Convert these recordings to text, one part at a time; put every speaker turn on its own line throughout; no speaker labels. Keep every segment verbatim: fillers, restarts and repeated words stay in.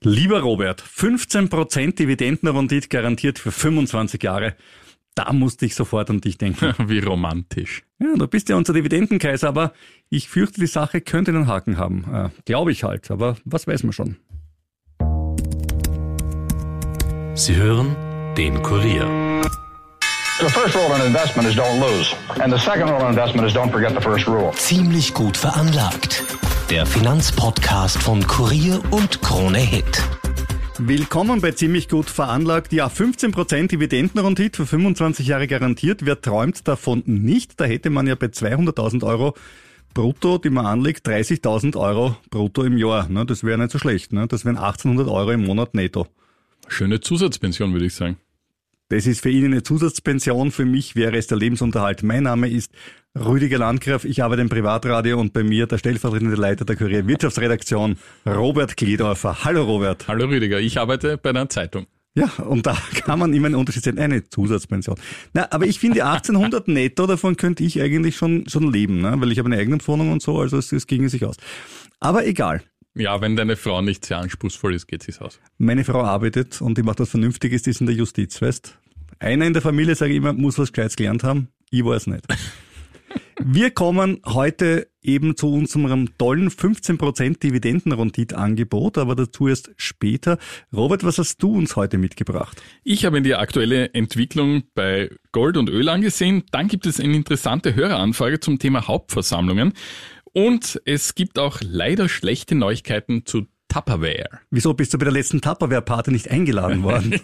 Lieber Robert, fünfzehn Prozent Dividendenrendite garantiert für fünfundzwanzig Jahre. Da musste ich sofort an dich denken.
Wie romantisch.
Ja, du bist ja unser Dividendenkaiser, aber ich fürchte, die Sache könnte einen Haken haben. Äh, Glaube ich halt, aber was weiß man schon.
Sie hören den Kurier.
The first rule in investment is don't lose. And the second rule in investment is don't forget the first rule.
Ziemlich gut veranlagt. Der Finanzpodcast von Kurier und Krone Hit.
Willkommen bei Ziemlich gut veranlagt. Ja, fünfzehn Prozent Dividendenrendite für fünfundzwanzig Jahre garantiert. Wer träumt davon nicht? Da hätte man ja bei zweihunderttausend Euro brutto, die man anlegt, dreißigtausend Euro brutto im Jahr. Das wäre nicht so schlecht. Das wären achtzehnhundert Euro im Monat netto.
Schöne Zusatzpension, würde ich sagen.
Das ist für ihn eine Zusatzpension, für mich wäre es der Lebensunterhalt. Mein Name ist Rüdiger Landgraf, ich arbeite im Privatradio und bei mir der stellvertretende Leiter der Kurier Wirtschaftsredaktion, Robert Kledorfer. Hallo Robert.
Hallo Rüdiger, ich arbeite bei einer Zeitung.
Ja, und da kann man immer einen Unterschied sehen, eine Zusatzpension. Na, aber ich finde achtzehnhundert netto, davon könnte ich eigentlich schon schon leben, ne? Weil ich habe eine eigene Wohnung und so, also es, es ginge sich aus. Aber egal.
Ja, wenn deine Frau nicht sehr anspruchsvoll ist, geht sich's aus.
Meine Frau arbeitet und die macht was Vernünftiges, die ist in der Justiz, weißt? Einer in der Familie, sage ich immer, muss was Gescheites gelernt haben. Ich weiß nicht. Wir kommen heute eben zu unserem tollen fünfzehn Prozent Dividendenrendite-Angebot, aber dazu erst später. Robert, was hast du uns heute mitgebracht?
Ich habe die aktuelle Entwicklung bei Gold und Öl angesehen. Dann gibt es eine interessante Höreranfrage zum Thema Hauptversammlungen. Und es gibt auch leider schlechte Neuigkeiten zu Tupperware.
Wieso bist du bei der letzten Tupperware-Party nicht eingeladen worden?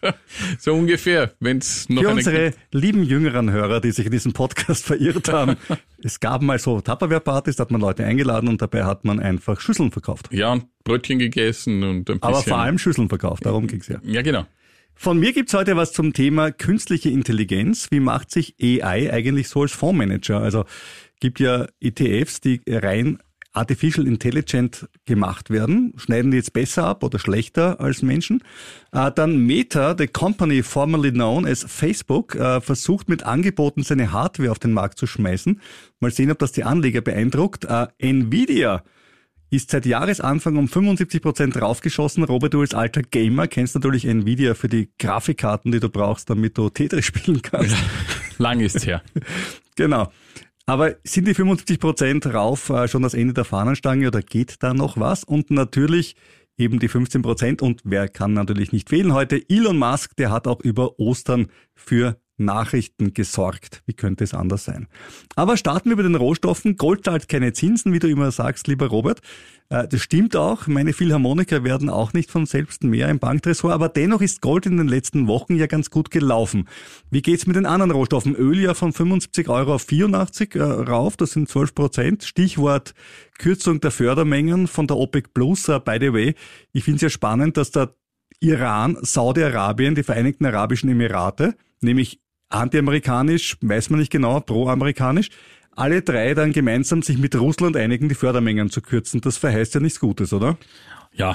So ungefähr, wenn's noch
Für
eine
unsere lieben jüngeren Hörer, die sich in diesem Podcast verirrt haben, es gab mal so Tupperware-Partys, da hat man Leute eingeladen und dabei hat man einfach Schüsseln verkauft.
Ja, und Brötchen gegessen und ein bisschen.
Aber vor allem Schüsseln verkauft, darum ging's ja.
Ja, genau.
Von mir gibt's heute was zum Thema künstliche Intelligenz. Wie macht sich A I eigentlich so als Fondsmanager? Also gibt ja E T Fs, die rein artificial intelligent gemacht werden. Schneiden die jetzt besser ab oder schlechter als Menschen? Äh, dann Meta, the company formerly known as Facebook, äh, versucht mit Angeboten seine Hardware auf den Markt zu schmeißen. Mal sehen, ob das die Anleger beeindruckt. Äh, Nvidia ist seit Jahresanfang um fünfundsiebzig Prozent raufgeschossen. Robert, du als alter Gamer kennst natürlich Nvidia für die Grafikkarten, die du brauchst, damit du Tetris spielen kannst.
Ja, lang ist's her.
Genau. Aber sind die fünfundsiebzig Prozent rauf äh, schon das Ende der Fahnenstange oder geht da noch was? Und natürlich eben die fünfzehn Prozent. Und wer kann natürlich nicht fehlen heute? Elon Musk, der hat auch über Ostern für Nachrichten gesorgt. Wie könnte es anders sein? Aber starten wir bei den Rohstoffen. Gold zahlt keine Zinsen, wie du immer sagst, lieber Robert. Äh, das stimmt auch. Meine Philharmoniker werden auch nicht von selbst mehr im Banktresor. Aber dennoch ist Gold in den letzten Wochen ja ganz gut gelaufen. Wie geht's mit den anderen Rohstoffen? Öl ja von fünfundsiebzig Euro auf vierundachtzig äh, rauf. Das sind zwölf Prozent. Stichwort Kürzung der Fördermengen von der OPEC Plus. Uh, by the way, ich finde es ja spannend, dass der Iran, Saudi-Arabien, die Vereinigten Arabischen Emirate, nämlich anti-amerikanisch, weiß man nicht genau, pro-amerikanisch, alle drei dann gemeinsam sich mit Russland einigen, die Fördermengen zu kürzen. Das verheißt ja nichts Gutes, oder?
Ja,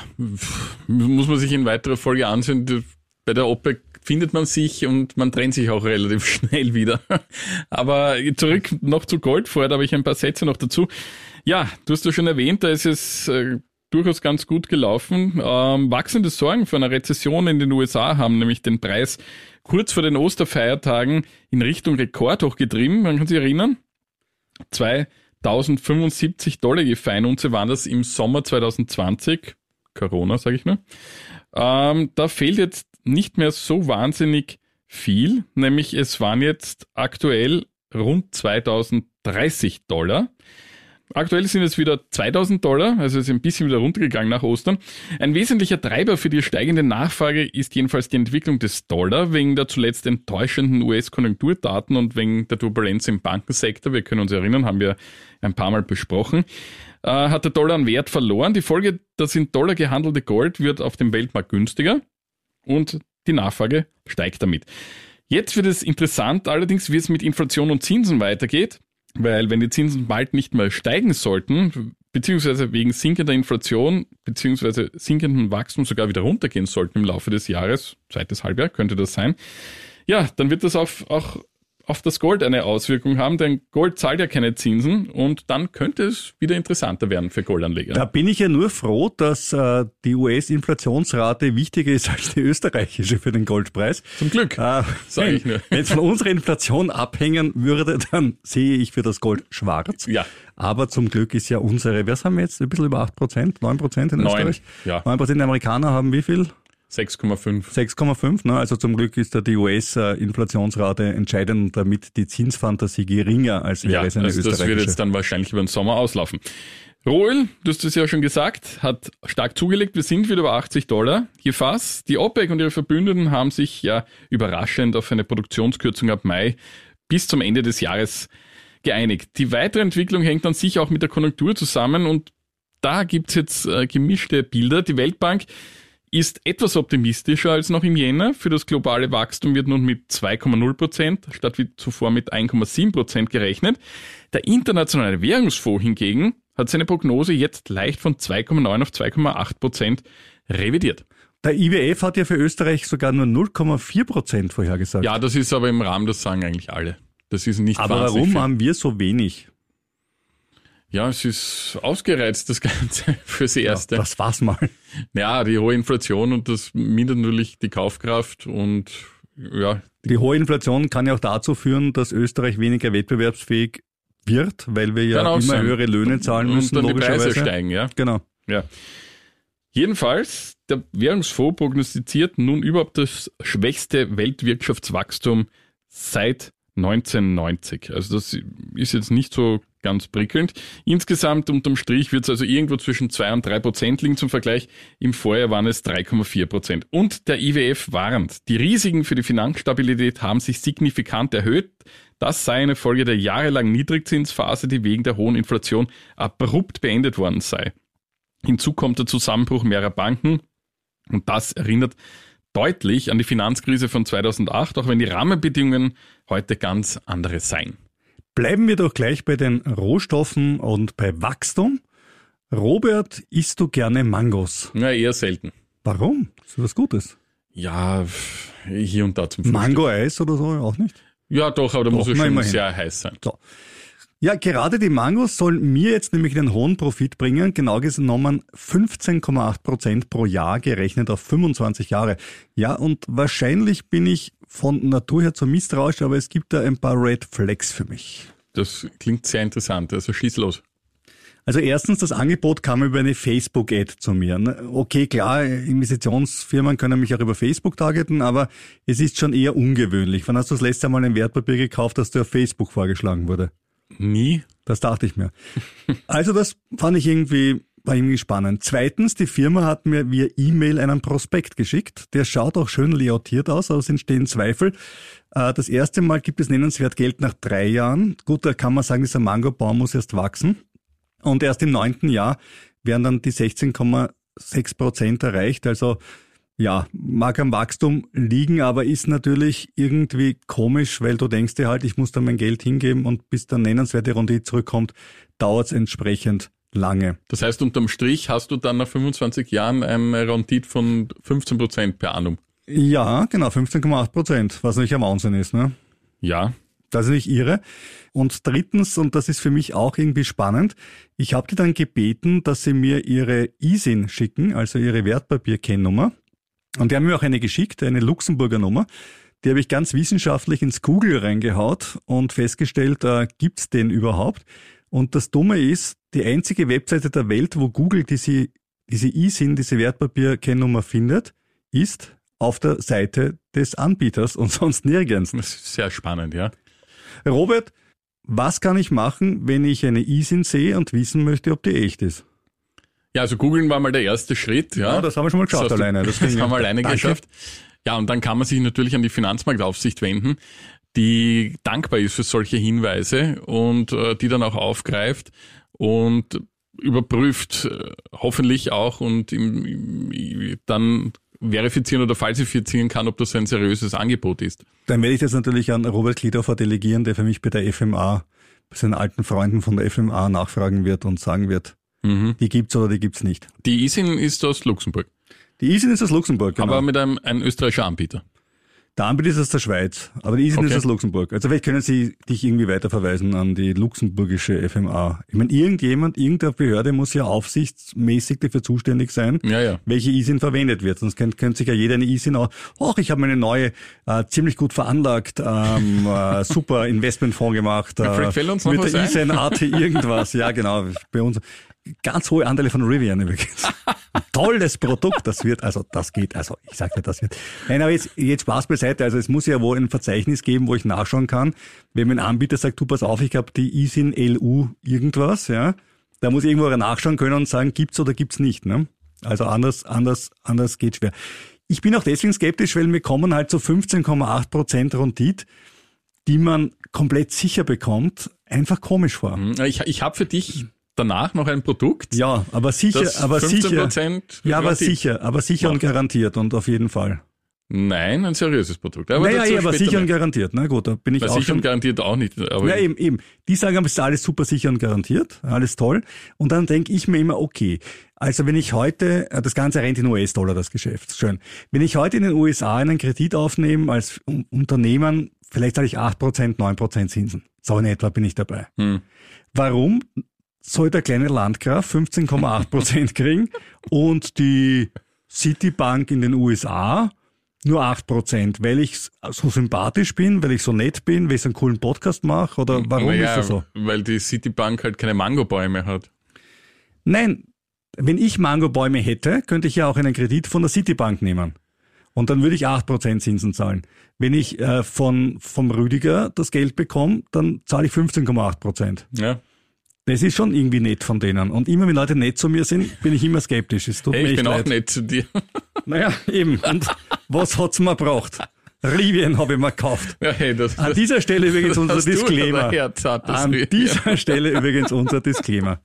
muss man sich in weiterer Folge ansehen. Bei der OPEC findet man sich und man trennt sich auch relativ schnell wieder. Aber zurück noch zu Gold. Vorher habe ich ein paar Sätze noch dazu. Ja, du hast ja schon erwähnt, da ist es äh, durchaus ganz gut gelaufen. Ähm, wachsende Sorgen vor einer Rezession in den U S A haben nämlich den Preis kurz vor den Osterfeiertagen in Richtung Rekordhoch getrieben. Man kann sich erinnern, zweitausendfünfundsiebzig Dollar je Feinunze waren das im Sommer zwanzig zwanzig. Corona, sage ich nur. Ähm, da fehlt jetzt nicht mehr so wahnsinnig viel, nämlich es waren jetzt aktuell rund zweitausenddreißig Dollar. Aktuell sind es wieder zweitausend Dollar, also ist ein bisschen wieder runtergegangen nach Ostern. Ein wesentlicher Treiber für die steigende Nachfrage ist jedenfalls die Entwicklung des Dollar, wegen der zuletzt enttäuschenden U S-Konjunkturdaten und wegen der Turbulenz im Bankensektor. Wir können uns erinnern, haben wir ein paar Mal besprochen. Äh, hat der Dollar an Wert verloren. Die Folge, das in Dollar gehandelte Gold wird auf dem Weltmarkt günstiger und die Nachfrage steigt damit. Jetzt wird es interessant, allerdings wie es mit Inflation und Zinsen weitergeht. Weil wenn die Zinsen bald nicht mehr steigen sollten, beziehungsweise wegen sinkender Inflation, beziehungsweise sinkendem Wachstum sogar wieder runtergehen sollten im Laufe des Jahres, zweites Halbjahr könnte das sein, ja, dann wird das auf, auch auf das Gold eine Auswirkung haben, denn Gold zahlt ja keine Zinsen und dann könnte es wieder interessanter werden für Goldanleger.
Da bin ich ja nur froh, dass äh, die U S-Inflationsrate wichtiger ist als die österreichische für den Goldpreis.
Zum Glück,
äh,
sage ich nur.
Wenn es von unserer Inflation abhängen würde, dann sehe ich für das Gold schwarz.
Ja.
Aber zum Glück ist ja unsere, was haben wir jetzt, ein bisschen über acht Prozent, neun Prozent in
Neun,
Österreich?
ja.
neun Prozent der Amerikaner haben wie viel?
sechs Komma fünf.
sechs Komma fünf, ne? Also zum Glück ist da die U S-Inflationsrate entscheidend und damit die Zinsfantasie geringer, als wäre
Ja,
es eine
also das
österreichische.
wird jetzt dann wahrscheinlich über den Sommer auslaufen. Rohöl, du hast es ja schon gesagt, hat stark zugelegt. Wir sind wieder über achtzig Dollar je Fass. Die OPEC und ihre Verbündeten haben sich ja überraschend auf eine Produktionskürzung ab Mai bis zum Ende des Jahres geeinigt. Die weitere Entwicklung hängt dann sicher auch mit der Konjunktur zusammen und da gibt's jetzt äh, gemischte Bilder. Die Weltbank ist etwas optimistischer als noch im Jänner. Für das globale Wachstum wird nun mit zwei Komma null Prozent statt wie zuvor mit eins Komma sieben Prozent gerechnet. Der Internationale Währungsfonds hingegen hat seine Prognose jetzt leicht von zwei Komma neun auf zwei Komma acht Prozent revidiert.
Der I W F hat ja für Österreich sogar nur null Komma vier Prozent vorhergesagt.
Ja, das ist aber im Rahmen, das sagen eigentlich alle. Das ist nicht
aber
wahnsinnig
warum
viel.
haben wir so wenig?
Ja, es ist ausgereizt, das Ganze fürs Erste.
Ja, das war's mal.
Ja, die hohe Inflation und das mindert natürlich die Kaufkraft und ja.
Die hohe Inflation kann ja auch dazu führen, dass Österreich weniger wettbewerbsfähig wird, weil wir ja immer
sein.
höhere Löhne zahlen müssen.
Und dann die
logischerweise.
Preise steigen, ja.
Genau.
Ja. Jedenfalls, der Währungsfonds prognostiziert nun überhaupt das schwächste Weltwirtschaftswachstum seit neunzehnhundertneunzig. Also das ist jetzt nicht so ganz prickelnd. Insgesamt unterm Strich wird es also irgendwo zwischen zwei und drei Prozent liegen zum Vergleich. Im Vorjahr waren es drei Komma vier Prozent. Und der I W F warnt, die Risiken für die Finanzstabilität haben sich signifikant erhöht. Das sei eine Folge der jahrelangen Niedrigzinsphase, die wegen der hohen Inflation abrupt beendet worden sei. Hinzu kommt der Zusammenbruch mehrerer Banken und das erinnert deutlich an die Finanzkrise von zweitausendacht, auch wenn die Rahmenbedingungen heute ganz andere seien.
Bleiben wir doch gleich bei den Rohstoffen und bei Wachstum. Robert, isst du gerne Mangos?
Ja, eher selten.
Warum? Ist das was Gutes?
Ja, hier und da zum Frühstück.
Mango-Eis oder so auch nicht?
Ja, doch, aber da
Doch,
muss es
na,
schon
immerhin.
sehr heiß sein.
So. Ja, gerade die Mangos sollen mir jetzt nämlich einen hohen Profit bringen, genau genommen fünfzehn Komma acht Prozent pro Jahr gerechnet auf fünfundzwanzig Jahre. Ja, und wahrscheinlich bin ich von Natur her zu misstrauisch, aber es gibt da ein paar Red Flags für mich.
Das klingt sehr interessant, also schieß los.
Also erstens, das Angebot kam über eine Facebook-Ad zu mir. Okay, klar, Investitionsfirmen können mich auch über Facebook targeten, aber es ist schon eher ungewöhnlich. Wann hast du das letzte Mal ein Wertpapier gekauft, das dir auf Facebook vorgeschlagen wurde?
Nie?
Das dachte ich mir. Also das fand ich irgendwie, war irgendwie spannend. Zweitens, die Firma hat mir via E-Mail einen Prospekt geschickt. Der schaut auch schön layoutiert aus, aber es entstehen Zweifel. Das erste Mal gibt es nennenswert Geld nach drei Jahren. Gut, da kann man sagen, dieser Mangobaum muss erst wachsen. Und erst im neunten Jahr werden dann die sechzehn Komma sechs Prozent erreicht. Also ja, mag am Wachstum liegen, aber ist natürlich irgendwie komisch, weil du denkst dir halt, ich muss da mein Geld hingeben und bis der nennenswerte Rendite zurückkommt, dauert es entsprechend lange.
Das heißt, unterm Strich hast du dann nach fünfundzwanzig Jahren eine Rendite von fünfzehn Prozent per annum.
Ja, genau, fünfzehn Komma acht Prozent, was natürlich ein Wahnsinn ist, ne?
Ja.
Das ist nicht irre. Und drittens, und das ist für mich auch irgendwie spannend, ich habe die dann gebeten, dass sie mir ihre I S I N schicken, also ihre Wertpapierkennnummer. Und die haben mir auch eine geschickt, eine Luxemburger Nummer. Die habe ich ganz wissenschaftlich ins Google reingehaut und festgestellt, äh, gibt's den überhaupt? Und das Dumme ist, die einzige Webseite der Welt, wo Google diese, diese I S I N, diese Wertpapierkennnummer findet, ist auf der Seite des Anbieters und sonst nirgends.
Das ist sehr spannend, ja.
Robert, was kann ich machen, wenn ich eine I S I N sehe und wissen möchte, ob die echt ist?
Ja, also googeln war mal der erste Schritt. Ja,
Ja, das haben wir schon mal geschafft
das
alleine.
Das,
Das
das haben wir alleine
Danke.
geschafft. Ja, und dann kann man sich natürlich an die Finanzmarktaufsicht wenden, die dankbar ist für solche Hinweise und äh, die dann auch aufgreift und überprüft äh, hoffentlich auch und im, im, dann verifizieren oder falsifizieren kann, ob das ein seriöses Angebot ist.
Dann werde ich das natürlich an Robert Kliedhofer delegieren, der für mich bei der F M A, bei seinen alten Freunden von der F M A nachfragen wird und sagen wird,
Mhm.
die gibt's oder die gibt's nicht.
Die I S I N ist aus Luxemburg,
Die I S I N ist aus Luxemburg, genau.
aber mit einem, einem österreichischen Anbieter.
Der Anbieter ist aus der Schweiz, aber die ISIN
Okay.
ist aus Luxemburg. Also vielleicht können Sie dich irgendwie weiterverweisen an die luxemburgische F M A. Ich meine, irgendjemand, irgendeine Behörde muss ja aufsichtsmäßig dafür zuständig sein,
Ja, ja.
welche ISIN verwendet wird. Sonst könnte, könnte sich ja jeder eine ISIN auch, ach, ich habe meine neue, äh, ziemlich gut veranlagt, ähm, äh, super Investmentfonds gemacht. Äh,
Vielleicht fällt uns noch
mit
was
der
ein.
ISIN A T irgendwas. Ja, genau. Bei uns ganz hohe Anteile von Rivian übrigens. Tolles Produkt, das wird, also das geht, also ich sage nicht, das wird. Nein, aber jetzt, jetzt Spaß beiseite, also es muss ja wohl ein Verzeichnis geben, wo ich nachschauen kann, wenn mein Anbieter sagt, du pass auf, ich habe die ISIN L U irgendwas, ja, da muss ich irgendwo nachschauen können und sagen, gibt's oder gibt's nicht, ne? Also anders, anders, anders geht schwer. Ich bin auch deswegen skeptisch, weil wir kommen halt zu fünfzehn Komma acht Prozent Rendite, die man komplett sicher bekommt, einfach komisch vor.
Ich, ich habe für dich danach noch ein Produkt.
Ja, aber sicher,
das
aber
fünfzehn
sicher.
Prozent
Ja, aber
Rendite
sicher, aber sicher und
macht.
garantiert und auf jeden Fall.
Nein, ein seriöses Produkt. Aber
naja,
dazu
ja, aber
später
sicher und
mehr.
garantiert. Na gut, da bin ich
Bei
auch
sicher
schon.
und garantiert auch nicht. Aber
Ja, eben, eben. Die sagen, aber es ist alles super sicher und garantiert, alles toll. Und dann denke ich mir immer, okay, also wenn ich heute, das Ganze rennt in U S-Dollar, das Geschäft, schön. Wenn ich heute in den U S A einen Kredit aufnehme als Un- Unternehmen, vielleicht zahle ich acht Prozent, neun Prozent Zinsen. So in etwa bin ich dabei.
Hm.
Warum soll der kleine Landgraf fünfzehn Komma acht Prozent kriegen und die Citibank in den U S A nur acht Prozent? Weil ich so sympathisch bin, weil ich so nett bin, weil ich so einen coolen Podcast mache oder warum
naja,
ist das so?
weil die Citibank halt keine Mangobäume hat.
Nein, wenn ich Mangobäume hätte, könnte ich ja auch einen Kredit von der Citibank nehmen. Und dann würde ich acht Prozent Zinsen zahlen. Wenn ich äh, von vom Rüdiger das Geld bekomme, dann zahle ich fünfzehn Komma acht Prozent.
Ja.
Das ist schon irgendwie nett von denen. Und immer wenn Leute nett zu mir sind, bin ich immer skeptisch. Es tut
Hey,
mir
ich
echt
bin auch
leid.
nett zu dir.
Naja, eben. Und was hat's mir gebraucht? Rivian habe ich mir gekauft.
Ja, hey, das,
An
das,
dieser Stelle übrigens
das
unser
hast du
Disclaimer.
aber herzart, das
An
Rivian.
dieser Stelle übrigens unser Disclaimer.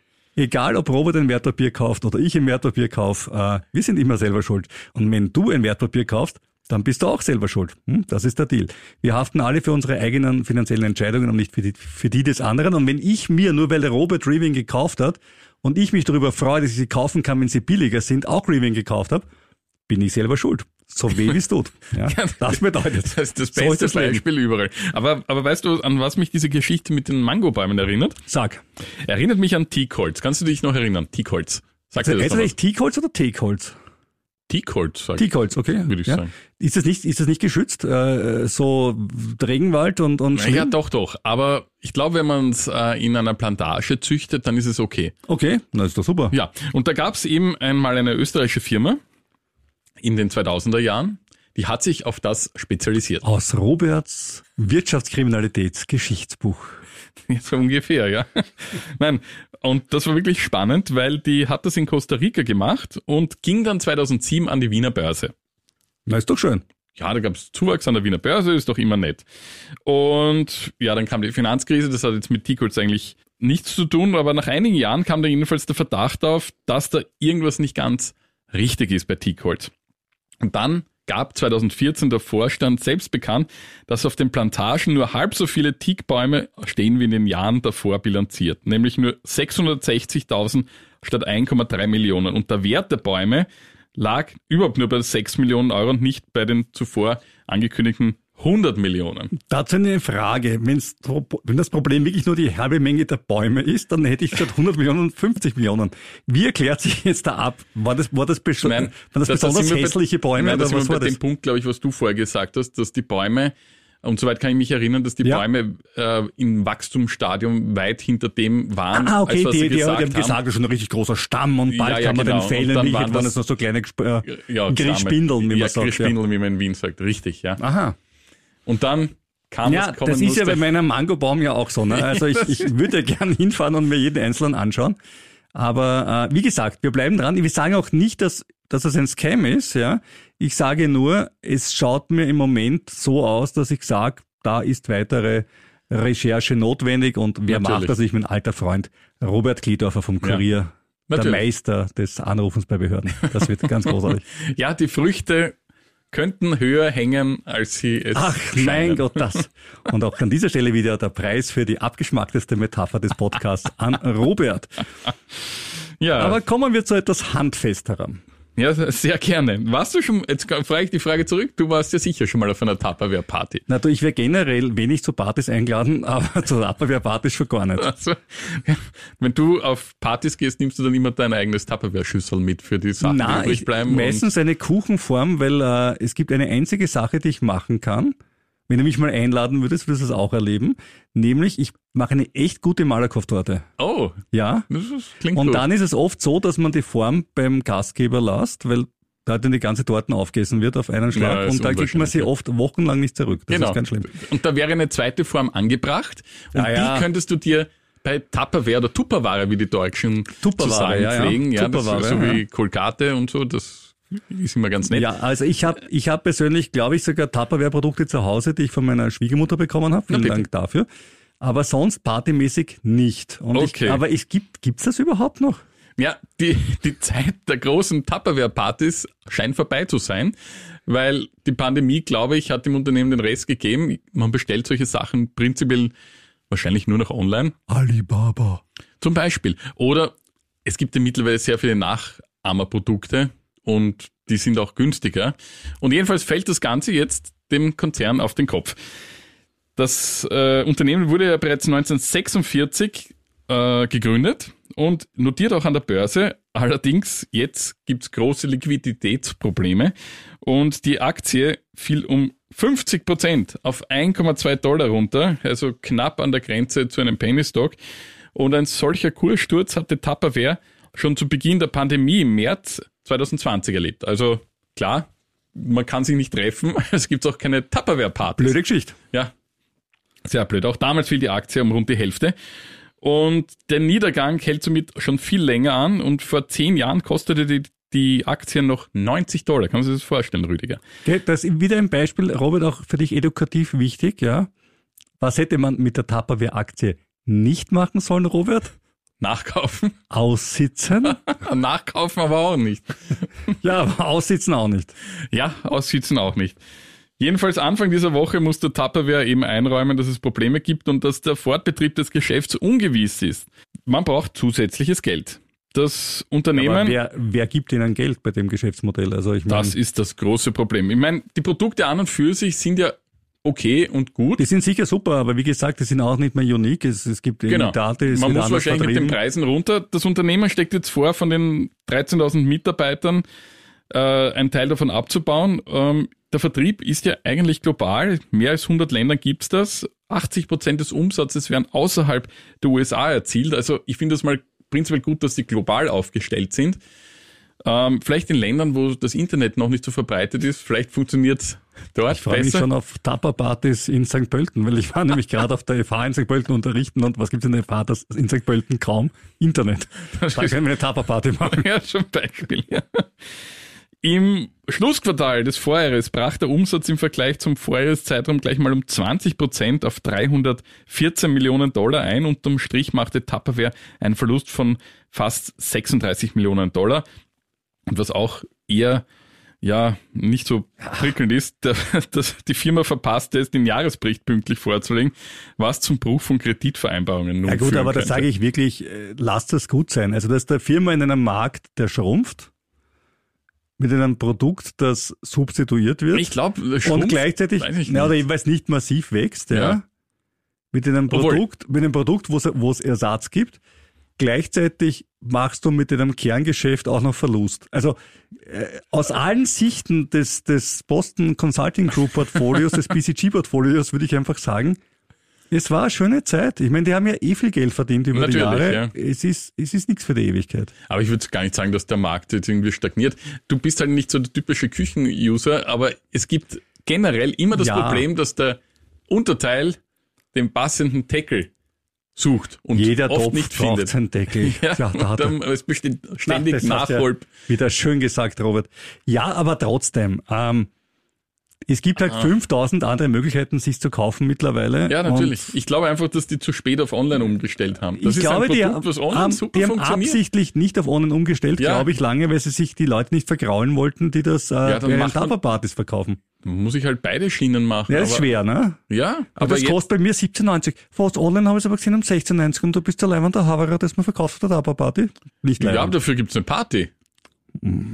Egal, ob Robert ein Wertpapier kauft oder ich ein Wertpapier kaufe, äh, wir sind immer selber schuld. Und wenn du ein Wertpapier kaufst, dann bist du auch selber schuld. Hm? Das ist der Deal. Wir haften alle für unsere eigenen finanziellen Entscheidungen und nicht für die, für die des anderen. Und wenn ich mir, nur weil der Robert Rivian gekauft hat und ich mich darüber freue, dass ich sie kaufen kann, wenn sie billiger sind, auch Rivian gekauft habe, bin ich selber schuld. So weh wie es tut. Ja, das bedeutet.
Das ist das
So
beste
ist das Leben.
Beispiel überall. Aber, aber weißt du, an was mich diese Geschichte mit den Mangobäumen erinnert?
Sag.
Erinnert mich an Teakholz. Kannst du dich noch erinnern? Teakholz. Sag dir das
Heißt
noch
das
was?
echt Teakholz oder Teakholz?
Teakholz, sag ich.
Teakholz, okay.
Würde ich
ja.
sagen.
Ist das nicht, ist das nicht geschützt? Äh, so Regenwald und, und
Ja,
Schlimm?
doch, doch. Aber ich glaube, wenn man es äh, in einer Plantage züchtet, dann ist es okay.
Okay, na ist doch super.
Ja, und da gab es eben einmal eine österreichische Firma in den zweitausender Jahren, die hat sich auf das spezialisiert.
Aus Roberts Wirtschaftskriminalitätsgeschichtsbuch.
So ungefähr, ja. Nein, und das war wirklich spannend, weil die hat das in Costa Rica gemacht und ging dann zweitausendsieben an die Wiener Börse.
Na, ist doch schön.
Ja, da gab es Zuwachs an der Wiener Börse, ist doch immer nett. Und ja, dann kam die Finanzkrise, das hat jetzt mit Teakholz eigentlich nichts zu tun, aber nach einigen Jahren kam da jedenfalls der Verdacht auf, dass da irgendwas nicht ganz richtig ist bei Teakholz. Und dann gab zweitausendvierzehn der Vorstand selbst bekannt, dass auf den Plantagen nur halb so viele Teakbäume stehen wie in den Jahren davor bilanziert, nämlich nur sechshundertsechzigtausend statt eins Komma drei Millionen. Und der Wert der Bäume lag überhaupt nur bei sechs Millionen Euro und nicht bei den zuvor angekündigten hundert Millionen.
Dazu eine Frage. Wenn's, wenn das Problem wirklich nur die halbe Menge der Bäume ist, dann hätte ich statt hundert Millionen fünfzig Millionen. Wie erklärt sich jetzt da ab? War das, war das, besch-
Nein,
waren das
da- da
besonders
sind wir bei-
hässliche Bäume
Nein, da
oder
sind wir
was
bei
war
dem
das?
Punkt, glaube ich, was du vorher gesagt hast, dass die Bäume, und soweit kann ich mich erinnern, dass die
Ja.
Bäume äh, im Wachstumsstadium weit hinter dem waren,
Ah, okay,
als was
die,
sie
die, die
gesagt
haben
haben.
gesagt, das ist schon ein richtig großer Stamm und bald
Ja, ja,
kann man
genau.
den fällen.
Und dann
Wie
waren
waren das
das-
noch so kleine Gesp- äh,
Ja,
Grischspindeln, wie
ja,
man sagt.
Grischspindeln, wie man in Wien sagt, richtig, ja.
Ja. Aha.
Und dann kam
Ja,
es kommen
das ist ja
musste.
bei meinem Mangobaum ja auch so. Ne? Also ich, ich würde ja gern hinfahren und mir jeden einzelnen anschauen. Aber äh, wie gesagt, wir bleiben dran. Wir sagen auch nicht, dass, dass es ein Scam ist. Ja, ich sage nur, es schaut mir im Moment so aus, dass ich sage, da ist weitere Recherche notwendig. Und wer
Natürlich.
macht das? Ich mein alter Freund Robert Kliedorfer vom Kurier, der
Natürlich.
Meister des Anrufens bei Behörden. Das wird ganz großartig.
Ja, die Früchte könnten höher hängen, als sie es
Ach,
scheinen.
mein Gott, das. Und auch an dieser Stelle wieder der Preis für die abgeschmackteste Metapher des Podcasts an Robert.
Ja,
Aber kommen wir zu etwas Handfesterem.
Ja, sehr gerne. Warst du schon, jetzt frage ich die Frage zurück, du warst ja sicher schon mal auf einer Tupperware-Party.
Na du, ich wäre generell wenig zu Partys eingeladen, aber zu Tupperware-Partys schon gar nicht.
Also, ja. Wenn du auf Partys gehst, nimmst du dann immer dein eigenes Tupperware-Schüssel mit für die Sachen,
Na,
die übrig bleiben?
Meistens eine Kuchenform, weil äh, es gibt eine einzige Sache, die ich machen kann. Wenn du mich mal einladen würdest, würdest du es auch erleben. Nämlich, ich mache eine echt gute Malakoff-Torte.
Oh,
ja.
Das ist, klingt
Und
gut.
dann ist es oft so, dass man die Form beim Gastgeber lässt, weil da dann die ganze Torten aufgegessen wird auf einen Schlag.
Ja,
und da kriegt man sie
ja.
oft wochenlang nicht zurück. Das
genau.
ist ganz schlimm.
Und da wäre eine zweite Form angebracht. Und
Ja, ja.
die könntest du dir bei Tupperware oder Tupperware, wie die Deutschen
Tupperware, ja, ja.
zusammenpflegen. Ja, das
Tupperware,
ist so
ja.
wie Kolgate und so, das ist immer ganz nett.
Ja, also ich habe ich hab persönlich, glaube ich, sogar Tupperware-Produkte zu Hause, die ich von meiner Schwiegermutter bekommen habe. Vielen
Na, bitte.
Dank dafür. Aber sonst partymäßig nicht. Und
Okay.
ich, aber es gibt gibt's das überhaupt noch?
Ja, die, die Zeit der großen Tupperware-Partys scheint vorbei zu sein, weil die Pandemie, glaube ich, hat dem Unternehmen den Rest gegeben. Man bestellt solche Sachen prinzipiell wahrscheinlich nur noch online.
Alibaba.
Zum Beispiel. Oder es gibt ja mittlerweile sehr viele Nachahmerprodukte und die sind auch günstiger. Und jedenfalls fällt das Ganze jetzt dem Konzern auf den Kopf. Das äh, Unternehmen wurde ja bereits neunzehnhundertsechsundvierzig äh, gegründet und notiert auch an der Börse. Allerdings, jetzt gibt's große Liquiditätsprobleme und die Aktie fiel um fünfzig Prozent auf ein Komma zwei Dollar runter, also knapp an der Grenze zu einem Penny Stock. Und ein solcher Kurssturz hatte Tupperware schon zu Beginn der Pandemie im März zwanzig zwanzig erlebt. Also klar, man kann sich nicht treffen, es gibt auch keine Tupperware-Partys.
Blöde Geschichte.
Ja, sehr blöd. Auch damals fiel die Aktie um rund die Hälfte. Und der Niedergang hält somit schon viel länger an und vor zehn Jahren kostete die, die Aktie noch neunzig Dollar. Kann man sich das vorstellen, Rüdiger?
Okay, das ist wieder ein Beispiel, Robert, auch für dich edukativ wichtig, ja. Was hätte man mit der Tupperware-Aktie nicht machen sollen, Robert?
Nachkaufen?
Aussitzen?
Nachkaufen aber auch nicht.
Ja, aber aussitzen auch nicht.
Ja, aussitzen auch nicht. Jedenfalls Anfang dieser Woche musste Tupperware eben einräumen, dass es Probleme gibt und dass der Fortbetrieb des Geschäfts ungewiss ist. Man braucht zusätzliches Geld. Das Unternehmen...
Aber wer, wer gibt ihnen Geld bei dem Geschäftsmodell? Also ich meine,
das ist das große Problem. Ich meine, die Produkte an und für sich sind ja okay und gut.
die sind sicher super, aber wie gesagt, die sind auch nicht mehr unique. Es, es gibt
Genau.
Imitate, es
Man
wird
muss
anders
wahrscheinlich mit den
vertrieben.
Preisen runter. Das Unternehmen steckt jetzt vor, von den dreizehntausend Mitarbeitern äh, einen Teil davon abzubauen. Ähm, der Vertrieb ist ja eigentlich global. Mehr als hundert Ländern gibt's das. achtzig Prozent des Umsatzes werden außerhalb der U S A erzielt. Also ich finde das mal prinzipiell gut, dass die global aufgestellt sind. Ähm, vielleicht in Ländern, wo das Internet noch nicht so verbreitet ist, vielleicht funktioniert's dort
Ich freue mich
besser.
schon auf Tupper-Partys in Sankt Pölten, weil ich war nämlich gerade auf der F H in Sankt Pölten unterrichten und was gibt's in der F H das in Sankt Pölten kaum? Internet. Da können wir eine Tupper-Party machen.
Ja, schon Beispiel. Ja. Im Schlussquartal des Vorjahres brach der Umsatz im Vergleich zum Vorjahreszeitraum gleich mal um zwanzig Prozent auf dreihundertvierzehn Millionen Dollar ein. Unterm Strich machte Tupperware einen Verlust von fast sechsunddreißig Millionen Dollar. Und was auch eher ja nicht so prickelnd ist, der, dass die Firma verpasste es, den Jahresbericht pünktlich vorzulegen, was zum Bruch von Kreditvereinbarungen nun
Ja gut,
führen
aber das
könnte.
sage ich wirklich, äh, lasst das gut sein. Also dass der Firma in einem Markt, der schrumpft, mit einem Produkt, das substituiert wird
Ich glaube,
und gleichzeitig,
weiß ich
na, oder
nicht.
jedenfalls nicht massiv wächst, ja,
Ja.
mit einem
Obwohl-
Produkt, mit einem Produkt, wo es, wo es Ersatz gibt, gleichzeitig machst du mit deinem Kerngeschäft auch noch Verlust. Also äh, aus allen Sichten des, des Boston Consulting Group Portfolios, des B C G Portfolios, würde ich einfach sagen, es war eine schöne Zeit. Ich meine, die haben ja eh viel Geld verdient über die
Natürlich,
Jahre.
ja.
Es ist, es ist nichts für die Ewigkeit.
Aber ich würde gar nicht sagen, dass der Markt jetzt irgendwie stagniert. Du bist halt nicht so der typische Küchen-User, aber es gibt generell immer das
Ja.
Problem, dass der Unterteil den passenden Tackle sucht und
Jeder
oft
Topf
nicht
braucht
findet.
seinen Deckel.
Ja,
Ja, da hat er.
und dann, es besteht ständig
Na, das hast du
Nachhol.
Ja wieder schön gesagt, Robert. Ja, aber trotzdem, ähm, es gibt halt fünftausend andere Möglichkeiten, sich zu kaufen mittlerweile.
Ja, natürlich.
Und
Ich glaube einfach, dass die zu spät auf Online umgestellt haben. Das
ich
ist
glaube,
ein
die,
Produkt, was online
haben,
super
die haben
funktioniert.
absichtlich nicht auf Online umgestellt,
Ja.
glaube ich, lange, weil sie sich die Leute nicht vergrauen wollten, die das äh,
dann
bei
macht man-
Tupperpartys verkaufen.
Muss ich halt beide Schienen machen.
Ja, ist
aber,
schwer, ne?
Ja,
Aber
aber
das
jetzt,
kostet bei mir siebzehn neunzig. Fast online habe ich es aber gesehen um sechzehn neunzig und du bist der Leihwand der Haverer, das man verkauft auf der Tupperparty. Nicht
ja,
Leihwand.
dafür gibt's eine Party.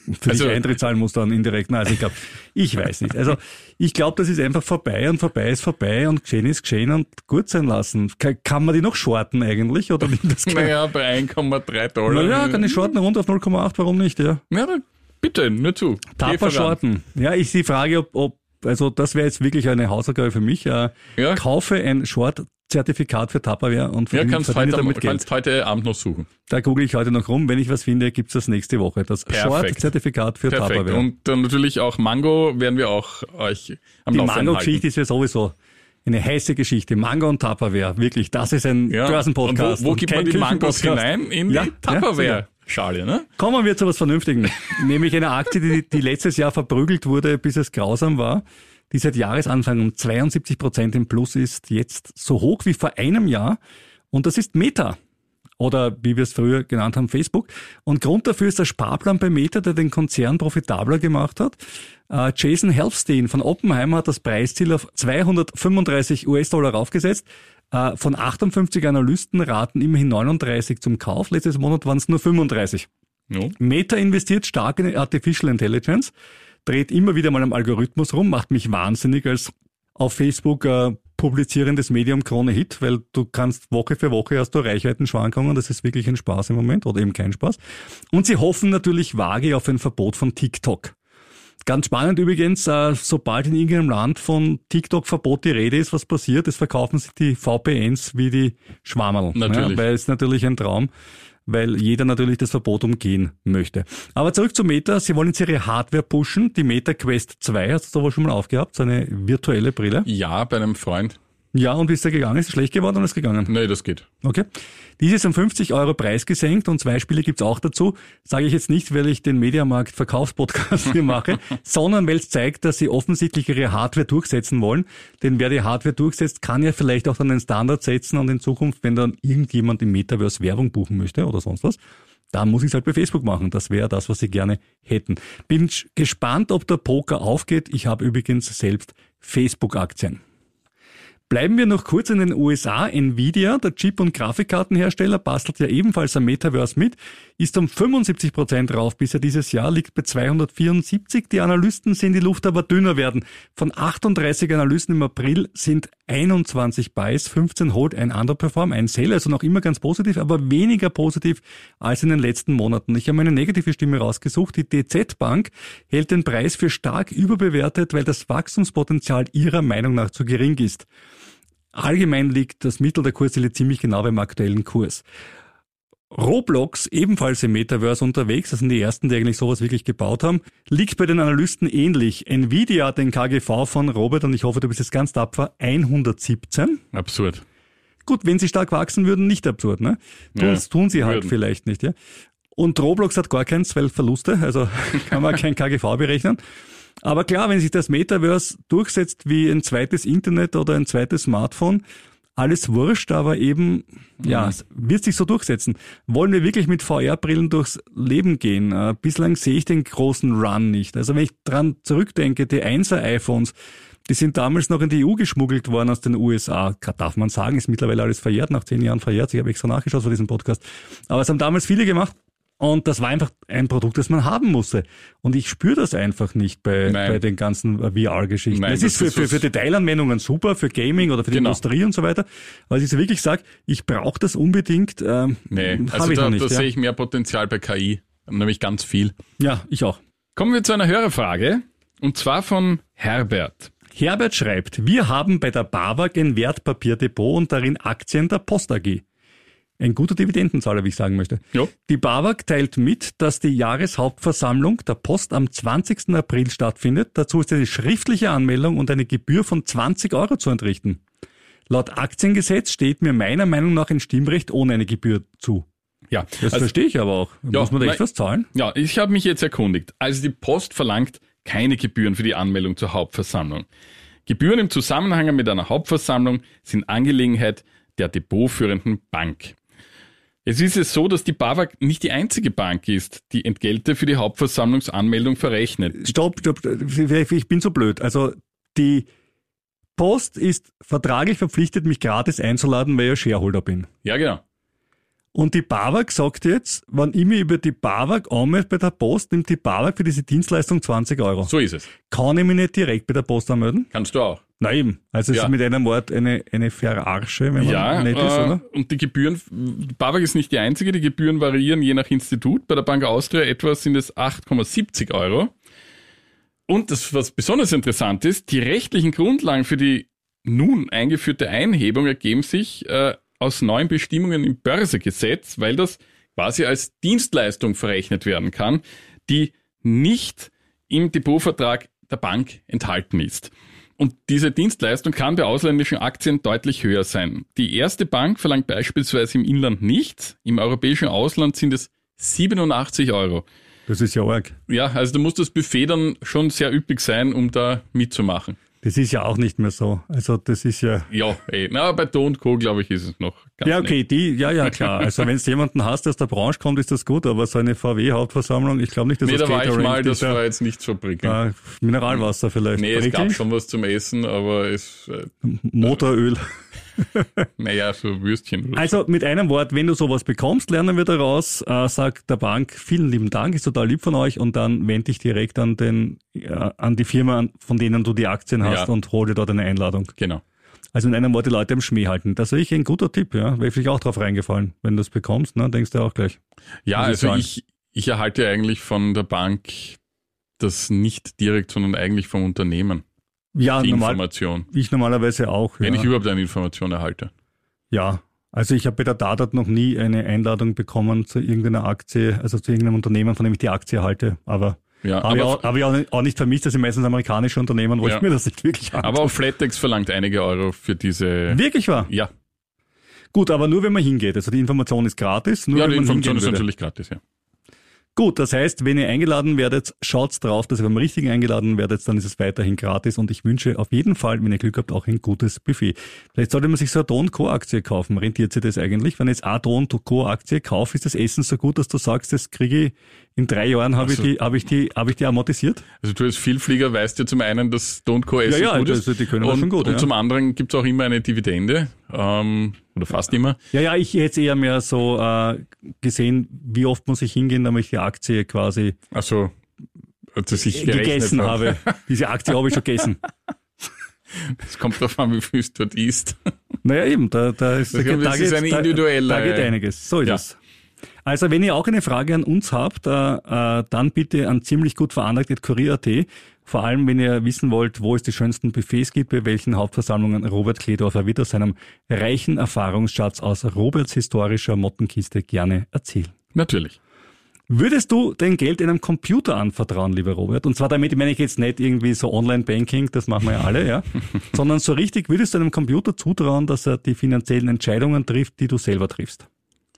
für
Also-
die Eintritt zahlen muss dann indirekt. Nein, also ich glaube, ich weiß nicht. Also ich glaube, das ist einfach vorbei und vorbei ist vorbei und geschehen ist geschehen und gut sein lassen. Kann, kann man die noch shorten eigentlich? Oder wie das
Naja, bei eins Komma drei Dollar.
naja, kann ich shorten rund auf null Komma acht, warum nicht? Ja.
Ja, dann bitte, nur zu. Geh
Tapfer
voran.
shorten. Ja, ich die Frage, ob, ob also das wäre jetzt wirklich eine Hausaufgabe für mich. Äh,
Ja.
Kaufe ein Short-Zertifikat für Tupperware und
Ja,
verdiene,
kannst
verdiene
heute,
damit Geld.
kannst heute Abend noch suchen.
Da google ich heute noch rum. Wenn ich was finde, gibt's das nächste Woche. Das
Perfekt.
Short-Zertifikat für
Perfekt.
Tupperware.
Und dann natürlich auch Mango werden wir auch euch am
Die
Laufenden
Mango-Geschichte
halten.
ist ja sowieso eine heiße Geschichte. Mango und Tupperware, wirklich. Das ist ein
Ja.
Börsenpodcast.
Und wo, wo
und
gibt
kein
man die Mangos
Küchenpodcast.
hinein? In
Ja,
die
ja,
Tupperware-Schale, ne?
Kommen wir zu was Vernünftigen. Nämlich eine Aktie, die, die letztes Jahr verprügelt wurde, bis es grausam war, die seit Jahresanfang um zweiundsiebzig Prozent im Plus ist, jetzt so hoch wie vor einem Jahr. Und das ist Meta. Oder wie wir es früher genannt haben, Facebook. Und Grund dafür ist der Sparplan bei Meta, der den Konzern profitabler gemacht hat. Äh, Jason Helfstein von Oppenheimer hat das Preisziel auf zweihundertfünfunddreißig US-Dollar raufgesetzt. Äh, von achtundfünfzig Analysten raten immerhin neununddreißig zum Kauf. Letztes Monat waren es nur fünfunddreißig.
No.
Meta investiert stark in Artificial Intelligence, dreht immer wieder mal am Algorithmus rum, macht mich wahnsinnig als auf Facebook äh, publizierendes Medium Krone Hit, weil du kannst Woche für Woche hast du Reichweitenschwankungen, das ist wirklich ein Spaß im Moment oder eben kein Spaß. Und sie hoffen natürlich vage auf ein Verbot von TikTok. Ganz spannend übrigens, äh, sobald in irgendeinem Land von TikTok-Verbot die Rede ist, was passiert? Es verkaufen sich die V P Ns wie die Schwammerl.
Natürlich.
Ja, weil es natürlich ein Traum, weil jeder natürlich das Verbot umgehen möchte. Aber zurück zu Meta. Sie wollen jetzt ihre Hardware pushen. Die Meta Quest zwei, hast du sowas schon mal aufgehabt? So eine virtuelle Brille.
Ja, bei einem Freund.
Ja, und wie ist der gegangen? Ist es schlecht geworden oder ist es gegangen?
Nee, das geht.
Okay. Dies ist um fünfzig Euro Preis gesenkt und zwei Spiele gibt's auch dazu. Sage ich jetzt nicht, weil ich den Mediamarkt Verkaufspodcast hier mache, sondern weil es zeigt, dass sie offensichtlich ihre Hardware durchsetzen wollen. Denn wer die Hardware durchsetzt, kann ja vielleicht auch dann einen Standard setzen und in Zukunft, wenn dann irgendjemand im Metaverse Werbung buchen möchte oder sonst was, dann muss ich es halt bei Facebook machen. Das wäre das, was sie gerne hätten. Bin gespannt, ob der Poker aufgeht. Ich habe übrigens selbst Facebook-Aktien. Bleiben wir noch kurz in den U S A. Nvidia, der Chip- und Grafikkartenhersteller, bastelt ja ebenfalls am Metaverse mit, ist um fünfundsiebzig Prozent rauf bisher dieses Jahr, liegt bei zweihundertvierundsiebzig. Die Analysten sehen die Luft aber dünner werden. Von achtunddreißig Analysten im April sind einundzwanzig Buys, fünfzehn Hold, ein Underperform, ein Sell, also noch immer ganz positiv, aber weniger positiv als in den letzten Monaten. Ich habe eine negative Stimme rausgesucht. Die D Z Bank hält den Preis für stark überbewertet, weil das Wachstumspotenzial ihrer Meinung nach zu gering ist. Allgemein liegt das Mittel der Kursziele ziemlich genau beim aktuellen Kurs. Roblox, ebenfalls im Metaverse unterwegs, das sind die ersten, die eigentlich sowas wirklich gebaut haben, liegt bei den Analysten ähnlich. Nvidia hat den K G V von Robert, und ich hoffe, du bist jetzt ganz tapfer, hundertsiebzehn.
Absurd.
Gut, wenn sie stark wachsen würden, nicht absurd, ne? Tun,
Ja,
tun sie halt
würden.
vielleicht nicht, ja? Und Roblox hat gar keins, weil Verluste, also kann man kein K G V berechnen. Aber klar, wenn sich das Metaverse durchsetzt wie ein zweites Internet oder ein zweites Smartphone, alles wurscht, aber eben, ja, es wird sich so durchsetzen. Wollen wir wirklich mit V R-Brillen durchs Leben gehen? Äh, bislang sehe ich den großen Run nicht. Also wenn ich dran zurückdenke, die Einser-iPhones, die sind damals noch in die E U geschmuggelt worden aus den U S A. Darf man sagen, ist mittlerweile alles verjährt, nach zehn Jahren verjährt. Ich habe extra nachgeschaut für diesen Podcast. Aber es haben damals viele gemacht. Und das war einfach ein Produkt, das man haben musste. Und ich spüre das einfach nicht bei,
Nein.
bei den ganzen V R-Geschichten.
Nein,
Es ist
das
für,
ist
für,
was-
für Detailanwendungen super, für Gaming oder für die
Genau.
Industrie und so weiter. Weil ich so wirklich sage, ich brauche das unbedingt. Ähm,
Nee,
habe
also
ich
da,
noch nicht.
da
ja.
sehe ich mehr Potenzial bei K I, nämlich ganz viel.
ja, ich auch.
Kommen wir zu einer Hörerfrage, und zwar von Herbert.
Herbert schreibt, wir haben bei der BAWAG ein Wertpapierdepot und darin Aktien der Post A G. Ein guter Dividendenzahler, wie ich sagen möchte.
Ja.
Die BAWAG teilt mit, dass die Jahreshauptversammlung der Post am zwanzigsten April stattfindet. Dazu ist eine schriftliche Anmeldung und eine Gebühr von zwanzig Euro zu entrichten. Laut Aktiengesetz steht mir meiner Meinung nach ein Stimmrecht ohne eine Gebühr zu.
Ja,
Das
also,
verstehe ich aber auch.
Ja,
Muss man da echt
nein.
was zahlen?
ja, ich habe mich jetzt erkundigt. Also die Post verlangt keine Gebühren für die Anmeldung zur Hauptversammlung. Gebühren im Zusammenhang mit einer Hauptversammlung sind Angelegenheit der depotführenden Bank. Es ist es so, dass die BAWAG nicht die einzige Bank ist, die Entgelte für die Hauptversammlungsanmeldung verrechnet.
Stopp, stopp, ich bin so blöd. Also die Post ist vertraglich verpflichtet, mich gratis einzuladen, weil ich ja Shareholder bin.
Ja, genau.
Und die BAWAG sagt jetzt, wenn ich mich über die BAWAG anmelde bei der Post, nimmt die BAWAG für diese Dienstleistung zwanzig Euro.
So ist es.
Kann ich mich nicht direkt bei der Post anmelden?
Kannst du auch.
Na eben. Also es
Ja.
ist mit einem Wort eine, eine Verarsche, wenn man
Ja,
nett ist,
äh,
oder?
und die Gebühren, die BAWAG ist nicht die einzige, die Gebühren variieren je nach Institut. Bei der Bank Austria etwa sind es acht Komma siebzig Euro. Und das, was besonders interessant ist, die rechtlichen Grundlagen für die nun eingeführte Einhebung ergeben sich äh, aus neuen Bestimmungen im Börsegesetz, weil das quasi als Dienstleistung verrechnet werden kann, die nicht im Depotvertrag der Bank enthalten ist. Und diese Dienstleistung kann bei ausländischen Aktien deutlich höher sein. Die erste Bank verlangt beispielsweise im Inland nichts, im europäischen Ausland sind es siebenundachtzig Euro.
Das ist ja arg.
Ja, also da muss das Buffet dann schon sehr üppig sein, um da mitzumachen.
Das ist ja auch nicht mehr so. Also das ist ja...
Ja, ey, na, bei Do und Co. glaube ich ist es noch ganz
Ja, okay,
nett.
die, ja, ja, klar. Also wenn es jemanden hast, der aus der Branche kommt, ist das gut, aber so eine V W-Hauptversammlung, ich glaube nicht, dass
Nee,
das
da war ich
Catering,
mal, das
dieser,
war jetzt nicht so prickelnd.
äh, Mineralwasser vielleicht.
Nee, es gab
Prickelnd?
schon was zum Essen, aber es, äh,
Motoröl.
naja, so Würstchen. Oder
Also mit einem Wort, wenn du sowas bekommst, lernen wir daraus, äh, sagt der Bank, vielen lieben Dank, ist total lieb von euch und dann wende dich direkt an den, äh, an die Firma, von denen du die Aktien hast
Ja.
und hol dir dort eine Einladung.
so. Genau.
Also mit einem Wort die Leute im Schmäh halten. Das ist ein guter Tipp, ja. Wäre vielleicht auch drauf reingefallen. Wenn du es bekommst, ne, denkst du auch gleich.
Ja,
Muss ich
also
sagen.
ich, ich erhalte eigentlich von der Bank das nicht direkt, sondern eigentlich vom Unternehmen,
Ja,
die
normal,
Information.
ich normalerweise auch.
Wenn
ja.
ich überhaupt eine Information erhalte.
Ja, also ich habe bei der Dadat noch nie eine Einladung bekommen zu irgendeiner Aktie, also zu irgendeinem Unternehmen, von dem ich die Aktie halte. Aber
Ja,
habe ich,
aber,
auch, hab ich auch, nicht, auch nicht vermisst, das sind meistens amerikanische Unternehmen, wo
Ja.
ich mir das nicht wirklich anschaue.
aber auch Flatex verlangt einige Euro für diese.
Wirklich wahr?
Ja,
Gut, aber nur wenn man hingeht. Also die Information ist gratis, nur
ja
wenn
die
man
Information
hingehen
ist
würde.
natürlich gratis, ja.
Gut, das heißt, wenn ihr eingeladen werdet, schaut's drauf, dass ihr beim Richtigen eingeladen werdet, dann ist es weiterhin gratis und ich wünsche auf jeden Fall, wenn ihr Glück habt, auch ein gutes Buffet. Vielleicht sollte man sich so eine Do und Co. Aktie kaufen. Rentiert sich das eigentlich? Wenn ich jetzt eine Do und Co. Aktie kaufe, ist das Essen so gut, dass du sagst, das kriege ich in drei Jahren, habe ich
Also-
die, habe ich die, habe ich die amortisiert?
Also du als Vielflieger weißt ja zum einen, dass Do und Co. Essen
Ja, ja,
gut ist.
also die können das
und,
schon gut,
Und
ja.
zum anderen gibt's auch immer eine Dividende, ähm, oder fast immer.
Ja, ja, ich hätte eher mehr so äh, gesehen, wie oft muss ich hingehen, damit ich die Aktie quasi
Also, als es sich gerechnet
gegessen
hat.
habe. Diese Aktie habe ich schon gegessen.
Es kommt darauf an, wie viel es dort isst.
Naja, eben, da, da ist,
Das
da,
ist
da,
eine
geht,
individuelle-
da, da geht einiges. So ist
Ja.
es. Also, wenn ihr auch eine Frage an uns habt, äh, äh, dann bitte an ziemlich gut veranlagt at kurier punkt at. Vor allem, wenn ihr wissen wollt, wo es die schönsten Buffets gibt, bei welchen Hauptversammlungen Robert Kledorfer wird aus seinem reichen Erfahrungsschatz aus Roberts historischer Mottenkiste gerne erzählen.
Natürlich.
Würdest du dein Geld einem Computer anvertrauen, lieber Robert? Und zwar damit meine ich jetzt nicht irgendwie so Online-Banking, das machen wir ja alle, ja, sondern so richtig, würdest du einem Computer zutrauen, dass er die finanziellen Entscheidungen trifft, die du selber triffst?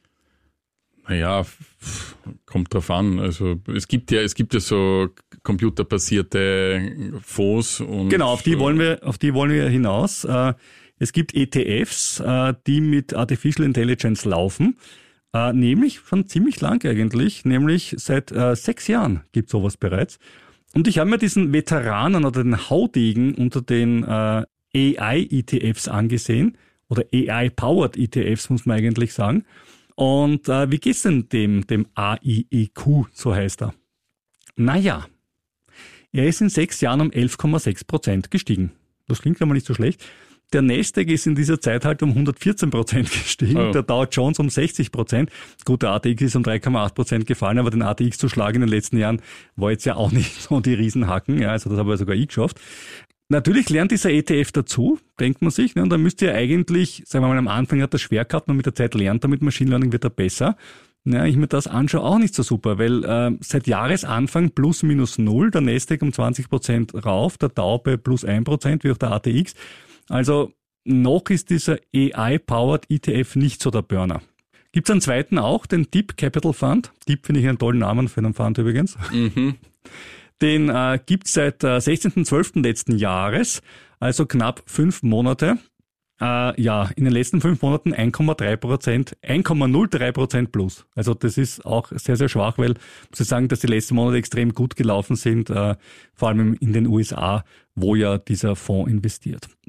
Naja, pff, kommt drauf an. Also es gibt ja, es gibt ja so computerbasierte Fonds und
Genau, auf die
so.
wollen wir, auf die wollen wir hinaus. Äh, Es gibt E T Fs, äh, die mit Artificial Intelligence laufen, äh, nämlich schon ziemlich lang eigentlich, nämlich seit äh, sechs Jahren gibt sowas bereits. Und ich habe mir diesen Veteranen oder den Haudegen unter den äh, A I-E T Fs angesehen, oder A I-powered E T Fs muss man eigentlich sagen. Und äh, wie geht's denn dem, dem A I E Q, so heißt er? Naja, er ist in sechs Jahren um elf Komma sechs Prozent gestiegen. Das klingt aber nicht so schlecht. Der Nasdaq ist in dieser Zeit halt um hundertvierzehn Prozent gestiegen,
Oh.
der Dow Jones um sechzig Prozent. Gut, der A T X ist um drei Komma acht Prozent gefallen, aber den A T X zu schlagen in den letzten Jahren war jetzt ja auch nicht so die Riesenhacken. Ja, also das habe ja sogar ich geschafft. Natürlich lernt dieser E T F dazu, denkt man sich, ne, und dann müsste er eigentlich, sagen wir mal, am Anfang hat er schwer gehabt, und mit der Zeit lernt er, mit Machine Learning wird er besser. Ja, ich mir das anschaue, auch nicht so super, weil äh, seit Jahresanfang plus minus null, der Nasdaq um zwanzig Prozent rauf, der Dow bei plus ein Prozent, wie auch der A T X. Also noch ist dieser A I-powered E T F nicht so der Burner. Gibt es einen zweiten auch, den Deep Capital Fund. Deep finde ich einen tollen Namen für einen Fund übrigens.
Mhm.
Den äh, gibt es seit äh, sechzehnten zwölften letzten Jahres, also knapp fünf Monate. Äh, ja, in den letzten fünf Monaten eins Komma drei Prozent, eins Komma null drei Prozent plus. Also das ist auch sehr, sehr schwach, weil muss ich sagen, dass die letzten Monate extrem gut gelaufen sind, äh, vor allem in den U S A, wo ja dieser Fonds investiert.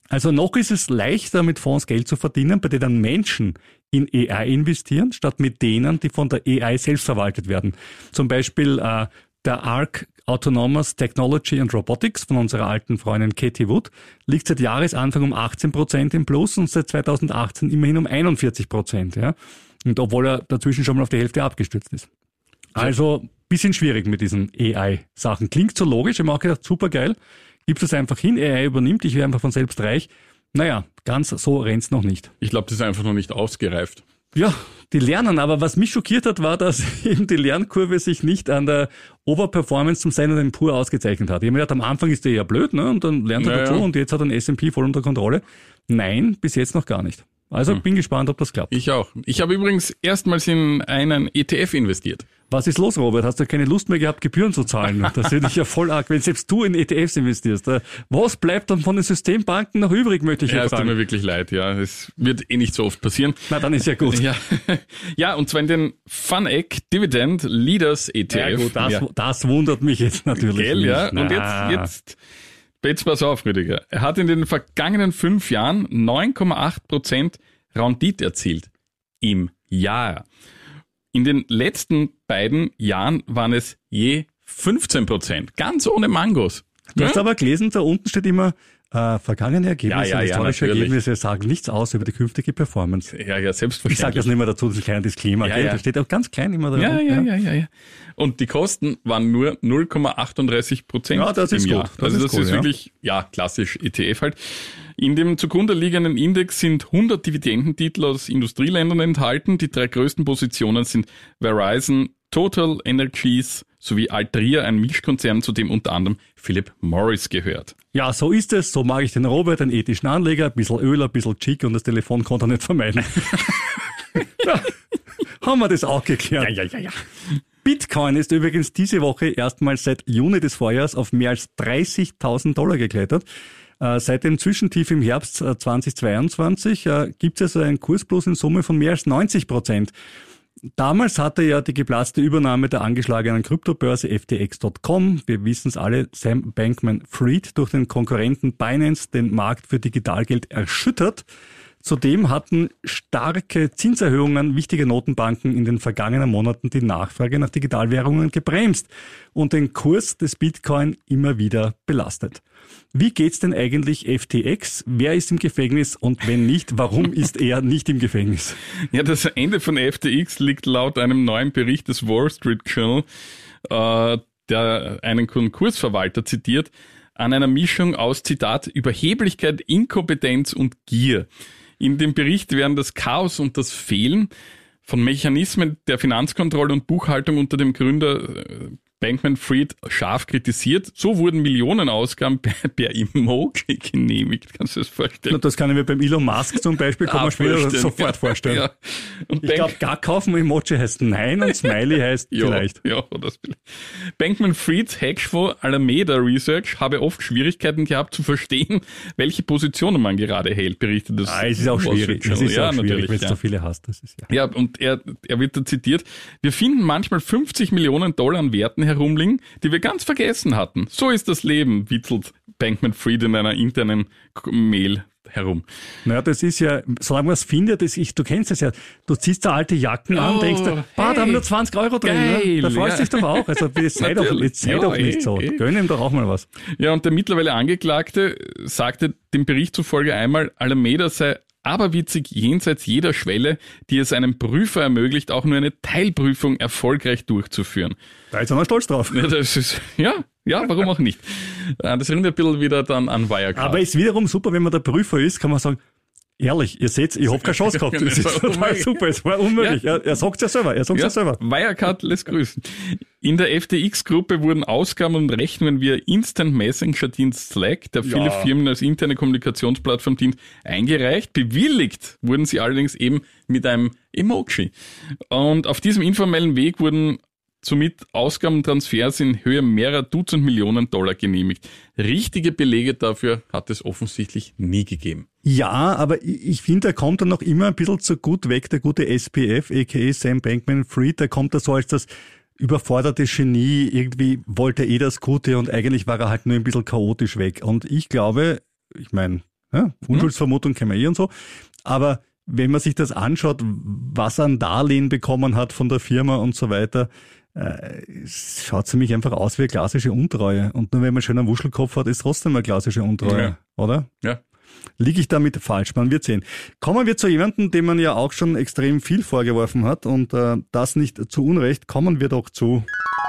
Also noch ist es leichter, mit Fonds Geld zu verdienen, bei denen Menschen in A I investieren, statt mit denen, die von der A I selbst verwaltet werden. Zum Beispiel äh, der Arc Autonomous Technology and Robotics von unserer alten Freundin Katie Wood liegt seit Jahresanfang um achtzehn Prozent im Plus und seit zweitausendachtzehn immerhin um einundvierzig Prozent. Ja? Und obwohl er dazwischen schon mal auf die Hälfte abgestürzt ist. Also bisschen schwierig mit diesen A I-Sachen. Klingt so logisch, ich habe mir auch gedacht, super geil. Gibst es einfach hin, A I übernimmt, ich werde einfach von selbst reich. Naja, ganz so rennt's noch nicht.
Ich glaube, das ist einfach noch nicht ausgereift.
Ja, die lernen, aber was mich schockiert hat, war, dass eben die Lernkurve sich nicht an der Overperformance zum Standard and Poor ausgezeichnet hat. Ich habe mir gedacht, am Anfang ist der ja blöd, ne? Und dann lernt er
naja.
dazu und jetzt hat er ein S and P voll unter Kontrolle. Nein, bis jetzt noch gar nicht. Also hm. bin gespannt, ob das klappt.
Ich auch. Ich habe übrigens erstmals in einen E T F investiert.
Was ist los, Robert? Hast du keine Lust mehr gehabt, Gebühren zu zahlen? Das finde ich ja voll arg, wenn selbst du in E T Fs investierst. Was bleibt dann von den Systembanken noch übrig, möchte ich ja,
ja
fragen.
Ja, es tut mir wirklich leid, ja. Es wird eh nicht so oft passieren.
Na, dann ist ja gut.
Ja, ja, und zwar in den FunEgg Dividend Leaders E T F.
Ja gut, das,
ja.
das wundert mich jetzt natürlich
Gell,
nicht.
ja.
Na.
Und jetzt, jetzt, jetzt pass auf, Rüdiger. Er hat in den vergangenen fünf Jahren neun Komma acht Prozent Rendite erzielt. Im Jahr. In den letzten beiden Jahren waren es je fünfzehn Prozent. Ganz ohne Mangos.
Du hast
ja?
aber gelesen, da unten steht immer, äh, vergangene Ergebnisse,
ja, ja,
historische
ja,
Ergebnisse sagen nichts aus über die künftige Performance.
Ja, ja, selbstverständlich.
Ich sage das nicht mehr dazu, das ist ein kleiner Disclaimer.
Ja, ja.
Da steht auch ganz klein immer drauf.
Ja, ja, ja, ja, ja. Und die Kosten waren nur null Komma achtunddreißig Prozent
ja, das
im
ist
Jahr.
gut. Das
also
ist
das
cool,
ist
ja.
wirklich, ja, klassisch E T F halt. In dem zugrunde liegenden Index sind hundert Dividendentitel aus Industrieländern enthalten. Die drei größten Positionen sind Verizon, Total Energies sowie Altria, ein Milchkonzern, zu dem unter anderem Philip Morris gehört.
Ja, so ist es. So mag ich den Robert, einen ethischen Anleger, ein bisschen Öl, ein bisschen Chic und das Telefon konnte er nicht vermeiden. Ja, haben wir das auch geklärt.
Ja, ja, ja, ja.
Bitcoin ist übrigens diese Woche erstmals seit Juni des Vorjahres auf mehr als dreißigtausend Dollar geklettert. Äh, seit dem Zwischentief im Herbst äh, zweitausendzweiundzwanzig äh, gibt es also einen Kursplus in Summe von mehr als neunzig Prozent. Damals hatte ja die geplatzte Übernahme der angeschlagenen Kryptobörse F T X Punkt com, wir wissen es alle, Sam Bankman-Fried, durch den Konkurrenten Binance den Markt für Digitalgeld erschüttert. Zudem hatten starke Zinserhöhungen wichtiger Notenbanken in den vergangenen Monaten die Nachfrage nach Digitalwährungen gebremst und den Kurs des Bitcoin immer wieder belastet. Wie geht's denn eigentlich F T X? Wer ist im Gefängnis und wenn nicht, warum ist er nicht im Gefängnis?
Ja, das Ende von F T X liegt laut einem neuen Bericht des Wall Street Journal, äh, der einen Konkursverwalter zitiert, an einer Mischung aus, Zitat, Überheblichkeit, Inkompetenz und Gier. In dem Bericht werden das Chaos und das Fehlen von Mechanismen der Finanzkontrolle und Buchhaltung unter dem Gründer Bankman-Fried scharf kritisiert. So wurden Millionenausgaben per, per Emoji genehmigt. Kannst du das vorstellen?
Na, das kann ich mir beim Elon Musk zum Beispiel kann man später sofort vorstellen. Ja. Und ich glaube, gar kaufen Emoji heißt nein und Smiley heißt
ja,
vielleicht.
Ja, das Bankman-Frieds Hedgefonds Alameda Research habe oft Schwierigkeiten gehabt zu verstehen, welche Positionen man gerade hält, berichtet das.
Ah, es ist auch schwierig. Es ist
ja,
auch schwierig, wenn es
ja.
so viele hast. Das ist ja.
ja, und er, er wird da zitiert, wir finden manchmal fünfzig Millionen Dollar an Werten herumliegen, die wir ganz vergessen hatten. So ist das Leben, witzelt Bankman-Fried in einer internen Mail herum.
Naja, das ist ja, solange man es findet, das ich, du kennst das ja, du ziehst da alte Jacken oh, an, denkst du, hey, da haben wir zwanzig Euro drin, ne? Da freust du dich doch auch. Also jetzt sei doch, jetzt sei ja, doch nicht ey, so. Ey. Gönn ihm doch auch mal was.
Ja, und der mittlerweile Angeklagte sagte dem Bericht zufolge einmal, Alameda sei aberwitzig jenseits jeder Schwelle, die es einem Prüfer ermöglicht, auch nur eine Teilprüfung erfolgreich durchzuführen.
Da ist er mal stolz drauf.
Ja, das ist, ja, ja, warum auch nicht. Das erinnert ein bisschen wieder dann an Wirecard.
Aber ist wiederum super, wenn man der Prüfer ist, kann man sagen, ehrlich, ihr seht, ich habe keine Chance gehabt. Das ist total super, es war unmöglich. Ja. Er, er sagt es ja selber, er sagt es ja, ja selber.
Wirecard lässt grüßen. In der F T X-Gruppe wurden Ausgaben und Rechnungen via Instant Messenger-Dienst Slack, der viele ja. Firmen als interne Kommunikationsplattform dient, eingereicht. Bewilligt wurden sie allerdings eben mit einem Emoji. Und auf diesem informellen Weg wurden somit Ausgabentransfers in Höhe mehrerer Dutzend Millionen Dollar genehmigt. Richtige Belege dafür hat es offensichtlich nie gegeben.
Ja, aber ich finde, er kommt dann noch immer ein bisschen zu gut weg, der gute S B F, aka Sam Bankman-Fried, der kommt da so als das überforderte Genie, irgendwie wollte er eh das Gute und eigentlich war er halt nur ein bisschen chaotisch weg. Und ich glaube, ich meine, Ja, Unschuldsvermutung kennen wir eh und so. Aber wenn man sich das anschaut, was er an Darlehen bekommen hat von der Firma und so weiter, äh, es schaut für mich einfach aus wie eine klassische Untreue. Und nur wenn man schon einen Wuschelkopf hat, ist trotzdem eine klassische Untreue,
ja.
oder?
Ja.
Liege ich damit falsch? Man wird sehen. Kommen wir zu jemandem, dem man ja auch schon extrem viel vorgeworfen hat und äh, das nicht zu Unrecht. Kommen wir doch zu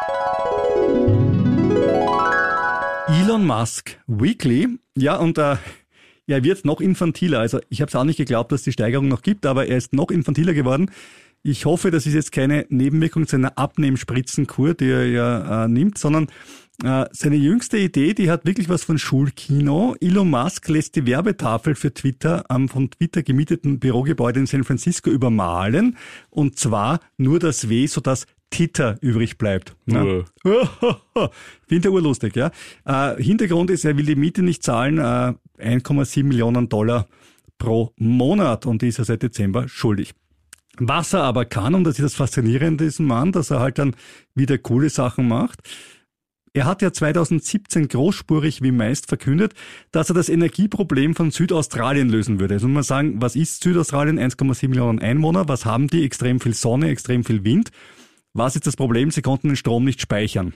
Elon Musk Weekly. Ja, und äh, er wird noch infantiler. Also ich habe es auch nicht geglaubt, dass es die Steigerung noch gibt, aber er ist noch infantiler geworden. Ich hoffe, das ist jetzt keine Nebenwirkung seiner Abnehmspritzenkur, die er ja äh, nimmt, sondern äh, seine jüngste Idee, die hat wirklich was von Schulkino. Elon Musk lässt die Werbetafel für Twitter am von Twitter gemieteten Bürogebäude in San Francisco übermalen, und zwar nur das W, sodass Twitter übrig bleibt.
Uh.
Finde ich urlustig, ja. Äh, Hintergrund ist, er will die Miete nicht zahlen, äh, eins Komma sieben Millionen Dollar pro Monat, und die ist er seit Dezember schuldig. Was er aber kann, und das ist das Faszinierende diesem Mann, dass er halt dann wieder coole Sachen macht. Er hat ja zweitausendsiebzehn großspurig wie meist verkündet, dass er das Energieproblem von Südaustralien lösen würde. Also muss man sagen, was ist Südaustralien? eins Komma sieben Millionen Einwohner. Was haben die? Extrem viel Sonne, extrem viel Wind. Was ist das Problem? Sie konnten den Strom nicht speichern.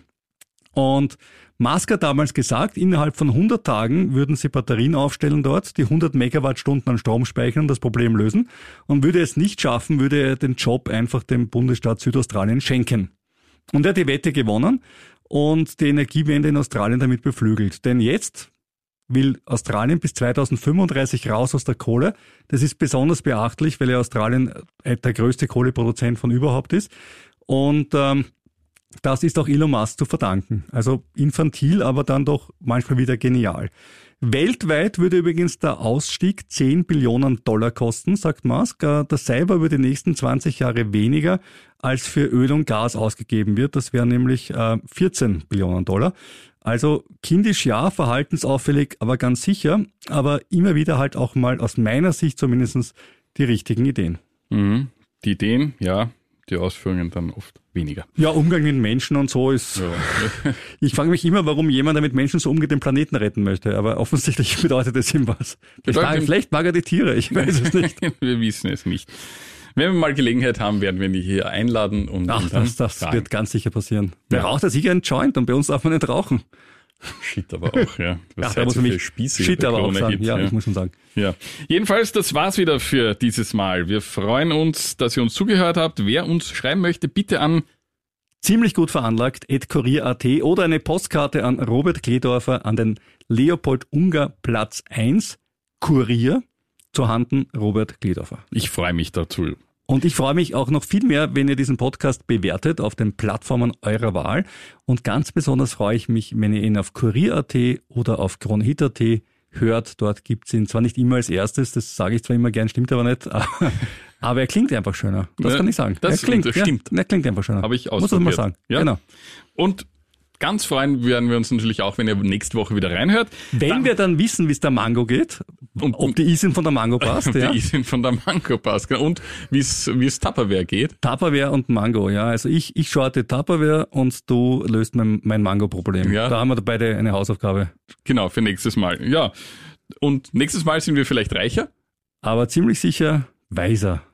Und Musk hat damals gesagt, innerhalb von hundert Tagen würden sie Batterien aufstellen dort, die hundert Megawattstunden an Strom speichern und das Problem lösen. Und würde es nicht schaffen, würde er den Job einfach dem Bundesstaat Südaustralien schenken. Und er hat die Wette gewonnen und die Energiewende in Australien damit beflügelt. Denn jetzt will Australien bis zweitausendfünfunddreißig raus aus der Kohle. Das ist besonders beachtlich, weil ja Australien der größte Kohleproduzent von überhaupt ist. Und ähm, das ist auch Elon Musk zu verdanken. Also infantil, aber dann doch manchmal wieder genial. Weltweit würde übrigens der Ausstieg zehn Billionen Dollar kosten, sagt Musk. Das sei aber über die nächsten zwanzig Jahre weniger, als für Öl und Gas ausgegeben wird. Das wären nämlich äh, vierzehn Billionen Dollar. Also kindisch ja, verhaltensauffällig, aber ganz sicher. Aber immer wieder halt auch mal aus meiner Sicht zumindest die richtigen Ideen.
Mhm. Die Ideen, ja. Die Ausführungen dann oft weniger.
Ja, Umgang mit Menschen und so ist... Ja. Ich frage mich immer, warum jemand, der mit Menschen so umgeht, den Planeten retten möchte. Aber offensichtlich bedeutet es ihm was. Vielleicht, vielleicht mag er die Tiere, ich weiß es nicht.
Wir wissen es nicht. Wenn wir mal Gelegenheit haben, werden wir ihn hier einladen. Und
Ach, und dann das, das wird ganz sicher passieren. Der ja. raucht ja sicher einen Joint und bei uns darf man nicht rauchen.
Shit aber auch, ja. Was
ja, muss man Spieße Shit aber auch sagen. Gibt, ja, ja, ich muss schon sagen.
Ja. Jedenfalls, das war's wieder für dieses Mal. Wir freuen uns, dass ihr uns zugehört habt. Wer uns schreiben möchte, bitte an
ziemlich gut veranlagt at kurier punkt at oder eine Postkarte an Robert Kledorfer an den Leopold-Unger-Platz eins, Kurier, zuhanden Robert Kledorfer.
Ich freue mich dazu.
Und ich freue mich auch noch viel mehr, wenn ihr diesen Podcast bewertet auf den Plattformen eurer Wahl. Und ganz besonders freue ich mich, wenn ihr ihn auf kurier punkt at oder auf kronehit punkt at hört. Dort gibt's ihn zwar nicht immer als erstes, das sage ich zwar immer gern, stimmt aber nicht, aber er klingt einfach schöner. Das ja, kann ich sagen.
Das,
er klingt,
das stimmt.
Ja, er klingt einfach schöner.
Habe ich ausprobiert.
Muss man mal sagen.
Ja.
Genau.
Und ganz freuen werden wir uns natürlich auch, wenn ihr nächste Woche wieder reinhört.
Wenn dann, wir dann wissen, wie es der Mango geht, und, ob die Isin von der Mango passt.
Ob
ja.
die Isin von der Mango passt. Und wie es wie es Tupperware geht.
Tupperware und Mango, ja. Also ich ich shorte Tupperware und du löst mein, mein Mango-Problem. Ja. Da haben wir beide eine Hausaufgabe.
Genau, für nächstes Mal. Ja. Und nächstes Mal sind wir vielleicht reicher.
Aber ziemlich sicher weiser.